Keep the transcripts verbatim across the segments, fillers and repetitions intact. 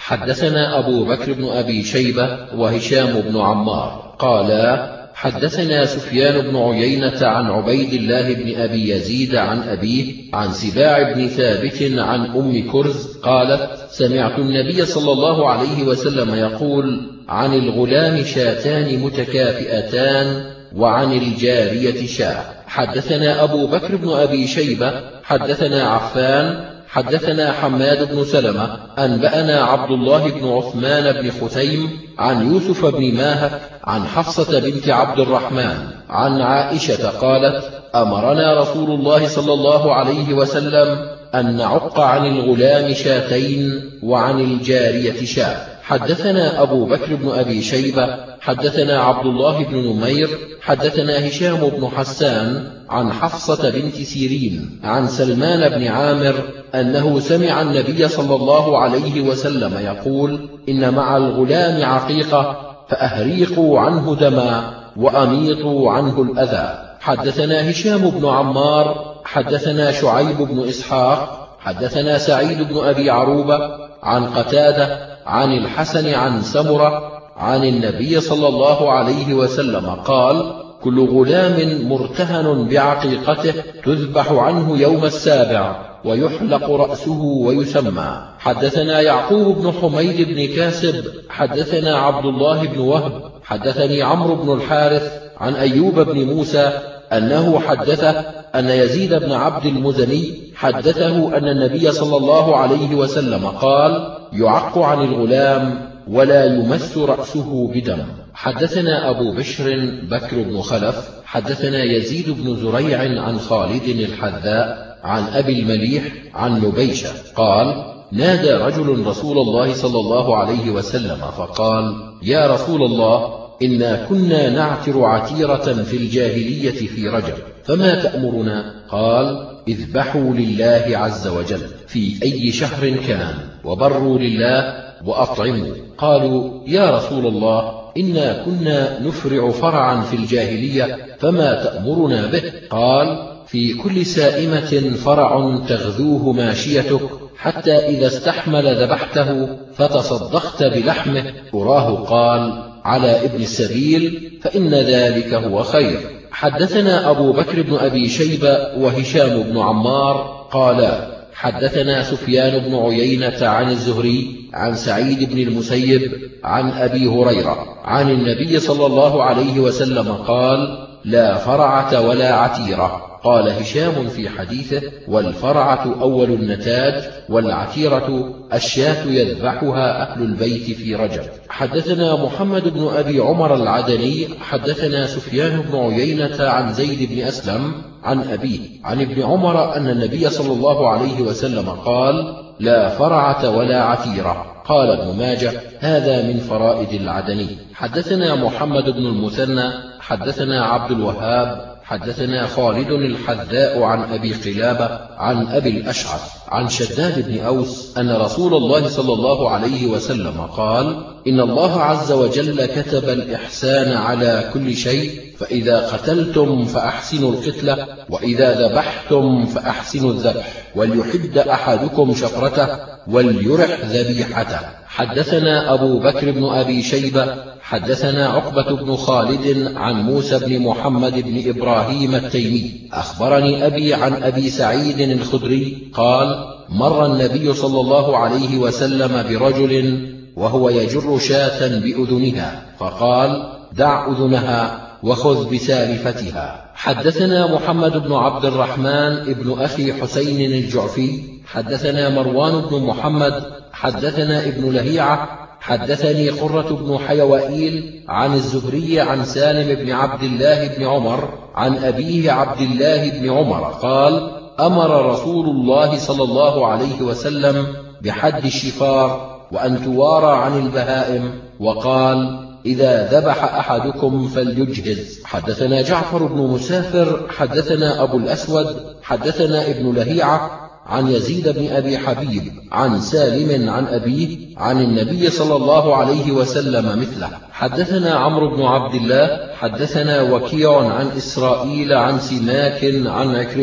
حدثنا أبو بكر بن أبي شيبة وهشام بن عمار قالا حدثنا سفيان بن عيينة عن عبيد الله بن أبي يزيد عن أبيه عن سباع بن ثابت عن أم كرز قالت سمعت النبي صلى الله عليه وسلم يقول عن الغلام شاتان متكافئتان وعن الجارية شاة. حدثنا أبو بكر بن أبي شيبة حدثنا عفان حدثنا حماد بن سلمة أنبأنا عبد الله بن عثمان بن ختيم عن يوسف بن ماهك عن حفصة بنت عبد الرحمن عن عائشة قالت أمرنا رسول الله صلى الله عليه وسلم أن نعق عن الغلام شاتين وعن الجارية شاة. حدثنا أبو بكر بن أبي شيبة حدثنا عبد الله بن نمير حدثنا هشام بن حسان عن حفصة بنت سيرين عن سلمان بن عامر أنه سمع النبي صلى الله عليه وسلم يقول إن مع الغلام عقيقة فأهريقوا عنه دما وأميطوا عنه الأذى. حدثنا هشام بن عمار حدثنا شعيب بن إسحاق حدثنا سعيد بن أبي عروبة عن قتادة عن الحسن عن سمرة عن النبي صلى الله عليه وسلم قال كل غلام مرتهن بعقيقته تذبح عنه يوم السابع ويحلق رأسه ويسمى. حدثنا يعقوب بن حميد بن كاسب حدثنا عبد الله بن وهب حدثني عمرو بن الحارث عن أيوب بن موسى أنه حدثه أن يزيد بن عبد المزني حدثه أن النبي صلى الله عليه وسلم قال يعق عن الغلام ولا يمس رأسه بدم. حدثنا أبو بشر بكر بن خلف حدثنا يزيد بن زريع عن خالد الحذاء عن أبي المليح عن نبيشة قال نادى رجل رسول الله صلى الله عليه وسلم فقال يا رسول الله إنا كنا نعتر عتيرة في الجاهلية في رجب فما تأمرنا؟ قال اذبحوا لله عز وجل في أي شهر كان وبروا لله وأطعموا. قالوا يا رسول الله إنا كنا نفرع فرعا في الجاهلية فما تأمرنا به؟ قال في كل سائمة فرع تغذوه ماشيتك حتى إذا استحمل ذبحته فتصدقت بلحمه أراه قال على ابن السبيل فإن ذلك هو خير. حدثنا أبو بكر بن أبي شيبة وهشام بن عمار قالا حدثنا سفيان بن عيينة عن الزهري عن سعيد بن المسيب عن أبي هريرة عن النبي صلى الله عليه وسلم قال لا فرعة ولا عتيرة. قال هشام في حديثه والفرعة أول النتاج والعتيرة الشاة يذبحها أهل البيت في رجب. حدثنا محمد بن أبي عمر العدني حدثنا سفيان بن عيينة عن زيد بن أسلم عن أبيه عن ابن عمر أن النبي صلى الله عليه وسلم قال لا فرعة ولا عتيرة. قال ابن ماجه هذا من فرائد العدني. حدثنا محمد بن المثنى حدثنا عبد الوهاب حدثنا خالد الحذاء عن أبي قلابة عن أبي الأشعث عن شداد بن أوس أن رسول الله صلى الله عليه وسلم قال إن الله عز وجل كتب الإحسان على كل شيء فإذا قتلتم فأحسنوا القتلة وإذا ذبحتم فأحسنوا الذبح وليحد أحدكم شفرته وليرح ذبيحته. حدثنا أبو بكر بن أبي شيبة حدثنا عقبة بن خالد عن موسى بن محمد بن إبراهيم التيمي أخبرني أبي عن أبي سعيد الخدري قال مر النبي صلى الله عليه وسلم برجل وهو يجر شاة بأذنها فقال دع أذنها وخذ بسالفتها. حدثنا محمد بن عبد الرحمن ابن أخي حسين الجعفي حدثنا مروان بن محمد حدثنا ابن لهيعة حدثني قرة بن حيوائيل عن الزهري عن سالم بن عبد الله بن عمر عن أبيه عبد الله بن عمر قال أمر رسول الله صلى الله عليه وسلم بحد الشفار وأن توارى عن البهائم وقال إذا ذبح أحدكم فليجهز. حدثنا جعفر بن مسافر حدثنا أبو الأسود حدثنا ابن لهيعة عن يزيد بن أبي حبيب عن سالم عن أبيه عن النبي صلى الله عليه وسلم مثله. حدثنا عمرو بن عبد الله حدثنا وكيع عن إسرائيل عن سماك عن عكرمة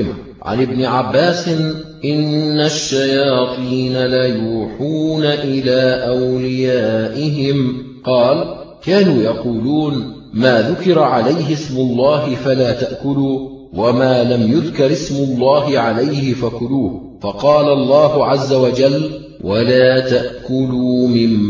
عن ابن عباس إن الشياطين ليوحون إلى أوليائهم قال كانوا يقولون ما ذكر عليه اسم الله فلا تأكلوا وما لم يذكر اسم الله عليه فكلوه فقال الله عز وجل ولا تأكلوا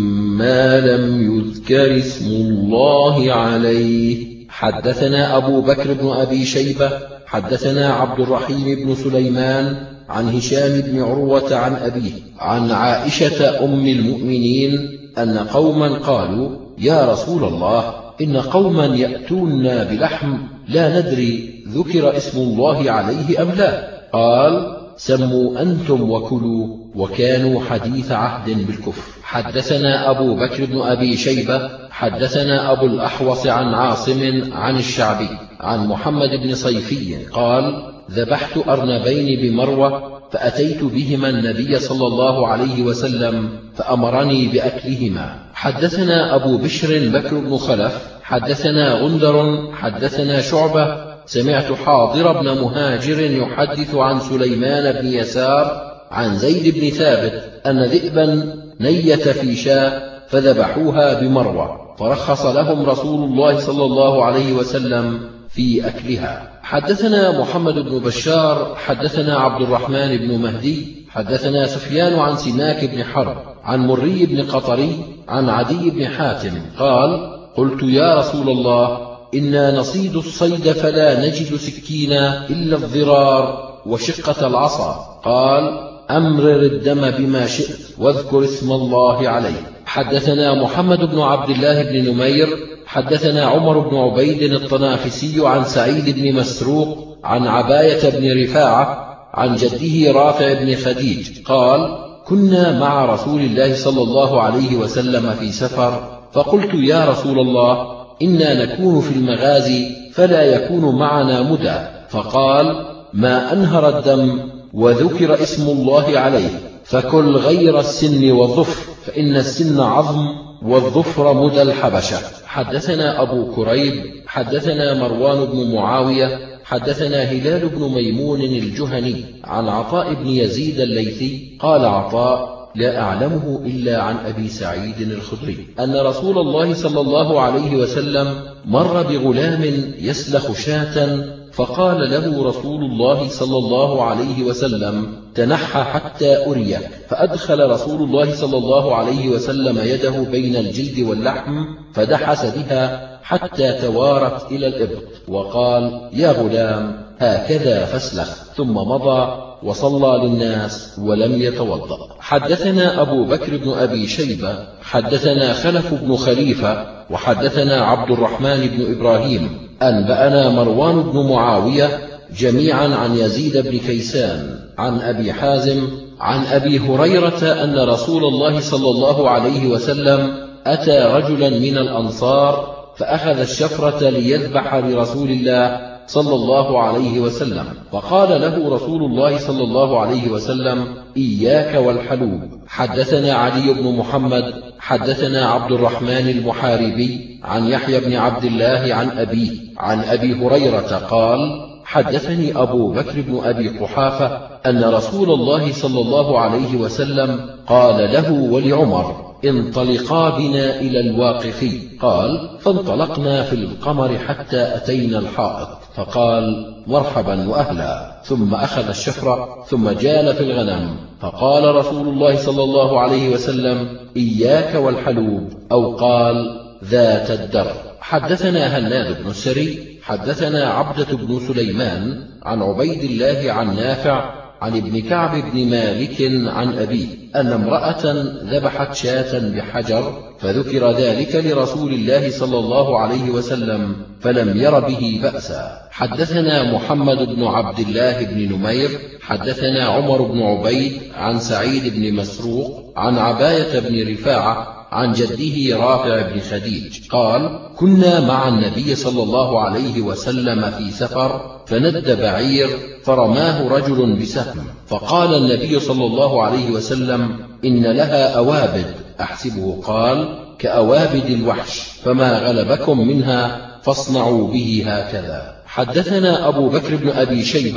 مما لم يذكر اسم الله عليه. حدثنا أبو بكر بن أبي شيبة حدثنا عبد الرحيم بن سليمان عن هشام بن عروة عن أبيه عن عائشة أم المؤمنين أن قوما قالوا يا رسول الله إن قوما يأتوننا بلحم لا ندري ذكر اسم الله عليه أم لا قال سموا أنتم وكلوا وكانوا حديث عهد بالكفر. حدثنا أبو بكر بن أبي شيبة حدثنا أبو الأحوص عن عاصم عن الشعبي عن محمد بن صيفي قال ذبحت أرنبين بمروة فأتيت بهما النبي صلى الله عليه وسلم فأمرني بأكلهما. حدثنا أبو بشر بكر بن خلف حدثنا غندر حدثنا شعبة سمعت حاضر بن مهاجر يحدث عن سليمان بن يسار عن زيد بن ثابت أن ذئبا نيت في شاة فذبحوها بمروة فرخص لهم رسول الله صلى الله عليه وسلم في أكلها. حدثنا محمد بن بشار حدثنا عبد الرحمن بن مهدي حدثنا سفيان عن سماك بن حرب عن مري بن قطري عن عدي بن حاتم قال قلت يا رسول الله إنا نصيد الصيد فلا نجد سكينا إلا الضرار وشقة العصا قال أمرر الدم بما شئت واذكر اسم الله عليه. حدثنا محمد بن عبد الله بن نمير حدثنا عمر بن عبيد الطنافسي عن سعيد بن مسروق عن عباية بن رفاعة عن جده رافع بن خديج قال كنا مع رسول الله صلى الله عليه وسلم في سفر فقلت يا رسول الله إنا نكون في المغازي فلا يكون معنا مدى فقال ما أنهر الدم وذكر اسم الله عليه فكل غير السن والظفر فإن السن عظم والظفر مدى الحبشة. حدثنا أبو كريب حدثنا مروان بن معاوية حدثنا هلال بن ميمون الجهني عن عطاء بن يزيد الليثي قال عطاء لا أعلمه إلا عن أبي سعيد الخدري أن رسول الله صلى الله عليه وسلم مر بغلام يسلخ شاة فقال له رسول الله صلى الله عليه وسلم تنحى حتى أريه فأدخل رسول الله صلى الله عليه وسلم يده بين الجلد واللحم فدحس بها حتى توارت إلى الإبط وقال يا غلام هكذا فاسلخ ثم مضى وصلى للناس ولم يتوضأ. حدثنا أبو بكر بن أبي شيبة حدثنا خلف بن خليفة وحدثنا عبد الرحمن بن إبراهيم أنبأنا مروان بن معاوية جميعا عن يزيد بن كيسان عن أبي حازم عن أبي هريرة أن رسول الله صلى الله عليه وسلم أتى رجلا من الأنصار فأخذ الشفرة ليذبح لرسول الله صلى الله عليه وسلم فقال له رسول الله صلى الله عليه وسلم إياك والحلوب. حدثنا علي بن محمد حدثنا عبد الرحمن المحاربي عن يحيى بن عبد الله عن أبيه عن أبي هريرة قال حدثني أبو بكر بن أبي قحافة أن رسول الله صلى الله عليه وسلم قال له ولعمر انطلقا بنا إلى الواقفي قال فانطلقنا في القمر حتى أتينا الحائط فقال مرحبا وأهلا ثم أخذ الشفرة ثم جال في الغنم فقال رسول الله صلى الله عليه وسلم إياك والحلوب أو قال ذات الدر. حدثنا هناد بن السري حدثنا عبدة بن سليمان عن عبيد الله عن نافع عن ابن كعب بن مالك عن أبيه أن امرأة ذبحت شاة بحجر فذكر ذلك لرسول الله صلى الله عليه وسلم فلم ير به بأسا. حدثنا محمد بن عبد الله بن نمير حدثنا عمر بن عبيد عن سعيد بن مسروق عن عباية بن رفاعة عن جده رافع بن خديج قال كنا مع النبي صلى الله عليه وسلم في سفر فند بعير فرماه رجل بسهم فقال النبي صلى الله عليه وسلم إن لها أوابد أحسبه قال كأوابد الوحش فما غلبكم منها فاصنعوا به هكذا. حدثنا أبو بكر بن أبي شيبة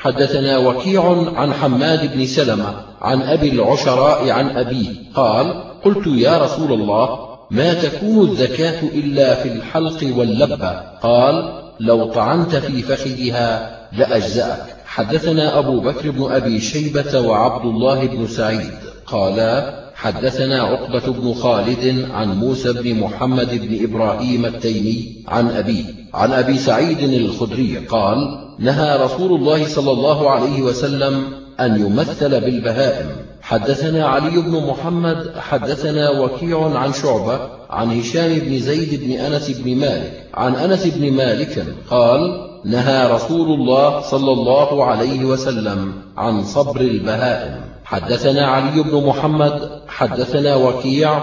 حدثنا وكيع عن حماد بن سلمة عن أبي العشراء عن أبيه قال قلت يا رسول الله ما تكون الزكاة إلا في الحلق واللبة؟ قال لو طعنت في فخذها لأجزأك. حدثنا أبو بكر بن أبي شيبة وعبد الله بن سعيد قالا حدثنا عقبة بن خالد عن موسى بن محمد بن إبراهيم التيمي عن أبيه عن أبي سعيد الخدري قال نهى رسول الله صلى الله عليه وسلم أن يمثل بالبهائم. حدثنا علي بن محمد حدثنا وكيع عن شعبة عن هشام بن زيد بن أنس بن مالك عن أنس بن مالك قال نهى رسول الله صلى الله عليه وسلم عن صبر البهائم. حدثنا علي بن محمد حدثنا وكيع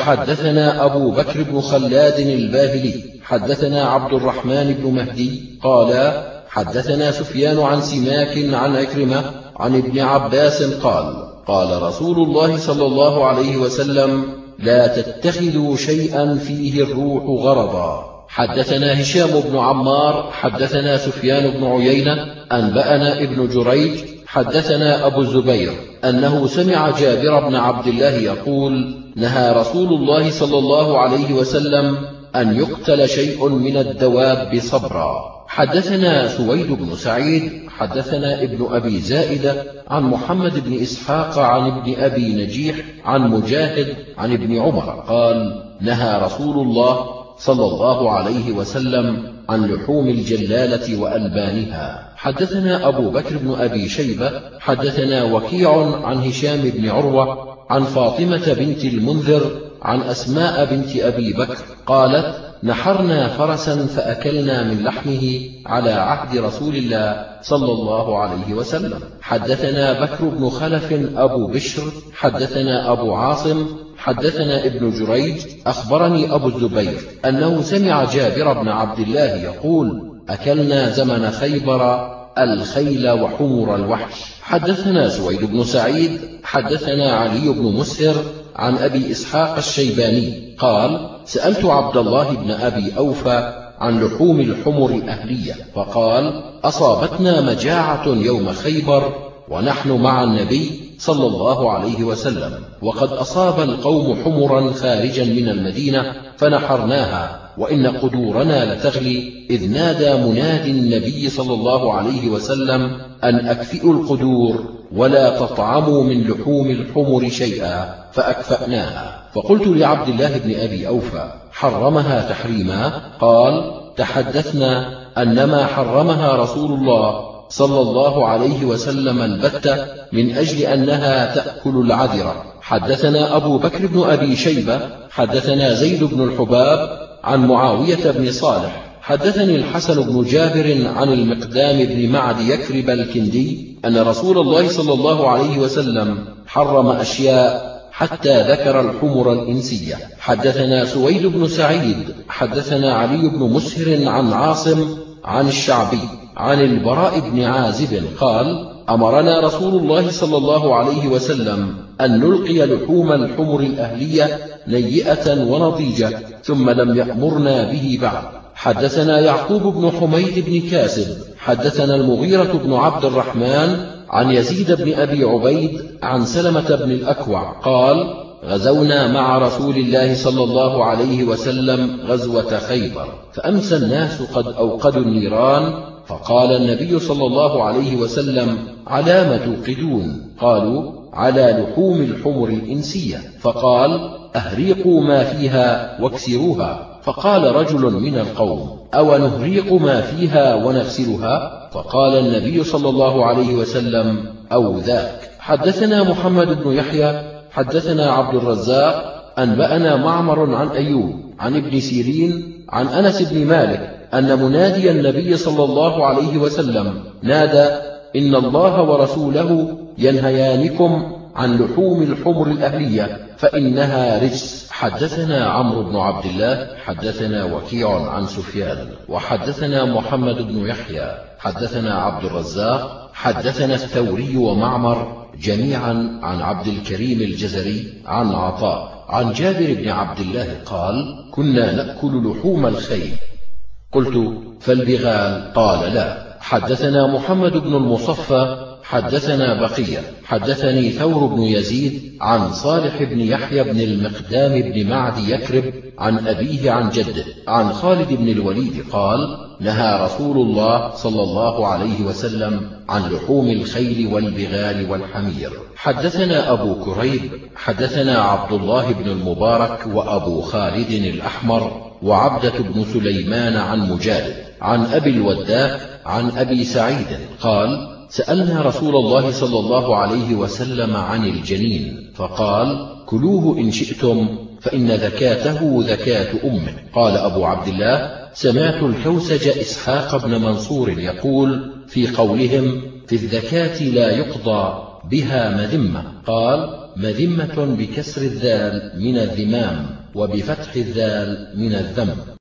وحدثنا أبو بكر بن خلاد الباهلي حدثنا عبد الرحمن بن مهدي قال حدثنا سفيان عن سماك عن عكرمة عن ابن عباس قال قال رسول الله صلى الله عليه وسلم لا تتخذوا شيئا فيه الروح غرضا. حدثنا هشام بن عمار حدثنا سفيان بن عيينة أنبأنا ابن جريج حدثنا أبو الزبير أنه سمع جابر بن عبد الله يقول نهى رسول الله صلى الله عليه وسلم أن يقتل شيء من الدواب صبرا. حدثنا سويد بن سعيد حدثنا ابن أبي زائدة عن محمد بن إسحاق عن ابن أبي نجيح عن مجاهد عن ابن عمر قال نهى رسول الله صلى الله عليه وسلم عن لحوم الجلالة وألبانها. حدثنا أبو بكر بن أبي شيبة حدثنا وكيع عن هشام بن عروة عن فاطمة بنت المنذر عن أسماء بنت أبي بكر قالت نحرنا فرسا فأكلنا من لحمه على عهد رسول الله صلى الله عليه وسلم. حدثنا بكر بن خلف أبو بشر حدثنا أبو عاصم حدثنا ابن جريج أخبرني أبو الزبير أنه سمع جابر بن عبد الله يقول أكلنا زمن خيبر الخيل وحمر الوحش. حدثنا سويد بن سعيد حدثنا علي بن مسهر عن أبي إسحاق الشيباني قال سألت عبد الله بن أبي أوفى عن لحوم الحمر الأهلية فقال أصابتنا مجاعة يوم خيبر ونحن مع النبي صلى الله عليه وسلم وقد أصاب القوم حمرا خارجا من المدينة فنحرناها وإن قدورنا لتغلي إذ نادى مناد النبي صلى الله عليه وسلم أن أكفئوا القدور ولا تطعموا من لحوم الحمر شيئا فأكفأناها. فقلت لعبد الله بن أبي أوفى حرمها تحريما؟ قال تحدثنا أنما حرمها رسول الله صلى الله عليه وسلم البتة من أجل أنها تأكل العذرة. حدثنا أبو بكر بن أبي شيبة حدثنا زيد بن الحباب عن معاوية بن صالح حدثني الحسن بن جابر عن المقدام بن معد يكرب الكندي أن رسول الله صلى الله عليه وسلم حرم أشياء حتى ذكر الحمر الإنسية. حدثنا سويد بن سعيد حدثنا علي بن مسهر عن عاصم عن الشعبي عن البراء بن عازب قال أمرنا رسول الله صلى الله عليه وسلم أن نلقي لحوم الحمر الأهلية نيئة ونضيجة ثم لم يأمرنا به بعد. حدثنا يعقوب بن حميد بن كاسب حدثنا المغيرة بن عبد الرحمن عن يزيد بن أبي عبيد عن سلمة بن الأكوع قال غزونا مع رسول الله صلى الله عليه وسلم غزوة خيبر فأمسى الناس قد أوقدوا النيران فقال النبي صلى الله عليه وسلم على ما توقدون؟ قالوا على لحوم الحمر الإنسية. فقال أهريقوا ما فيها واكسروها. فقال رجل من القوم أو نهريق ما فيها ونغسلها؟ فقال النبي صلى الله عليه وسلم أو ذاك. حدثنا محمد بن يحيى حدثنا عبد الرزاق أنبأنا معمر عن أيوب عن ابن سيرين عن أنس بن مالك أن منادي النبي صلى الله عليه وسلم نادى إن الله ورسوله ينهيانكم عن لحوم الحمر الأهلية فإنها رجس. حدثنا عمرو بن عبد الله حدثنا وكيع عن سفيان وحدثنا محمد بن يحيى حدثنا عبد الرزاق حدثنا الثوري ومعمر جميعا عن عبد الكريم الجزري عن عطاء عن جابر بن عبد الله قال كنا نأكل لحوم الخيل. قلت فالبغال؟ قال لا. حدثنا محمد بن المصفى حدثنا بقية حدثني ثور بن يزيد عن صالح بن يحيى بن المقدام بن معد يكرب عن أبيه عن جده عن خالد بن الوليد قال: نهى رسول الله صلى الله عليه وسلم عن لحوم الخيل والبغال والحمير. حدثنا أبو كريب حدثنا عبد الله بن المبارك وأبو خالد الأحمر وعبدة بن سليمان عن مجالد عن أبي الوداء عن أبي سعيد قال: سألنا رسول الله صلى الله عليه وسلم عن الجنين فقال: كلوه إن شئتم فإن ذكاته ذكاة أمه. قال أبو عبد الله: سمعت الكوسج إسحاق بن منصور يقول في قولهم في الذكاة لا يقضى بها مذمة، قال: مذمة بكسر الذال من الذمام وبفتح الذال من الذم.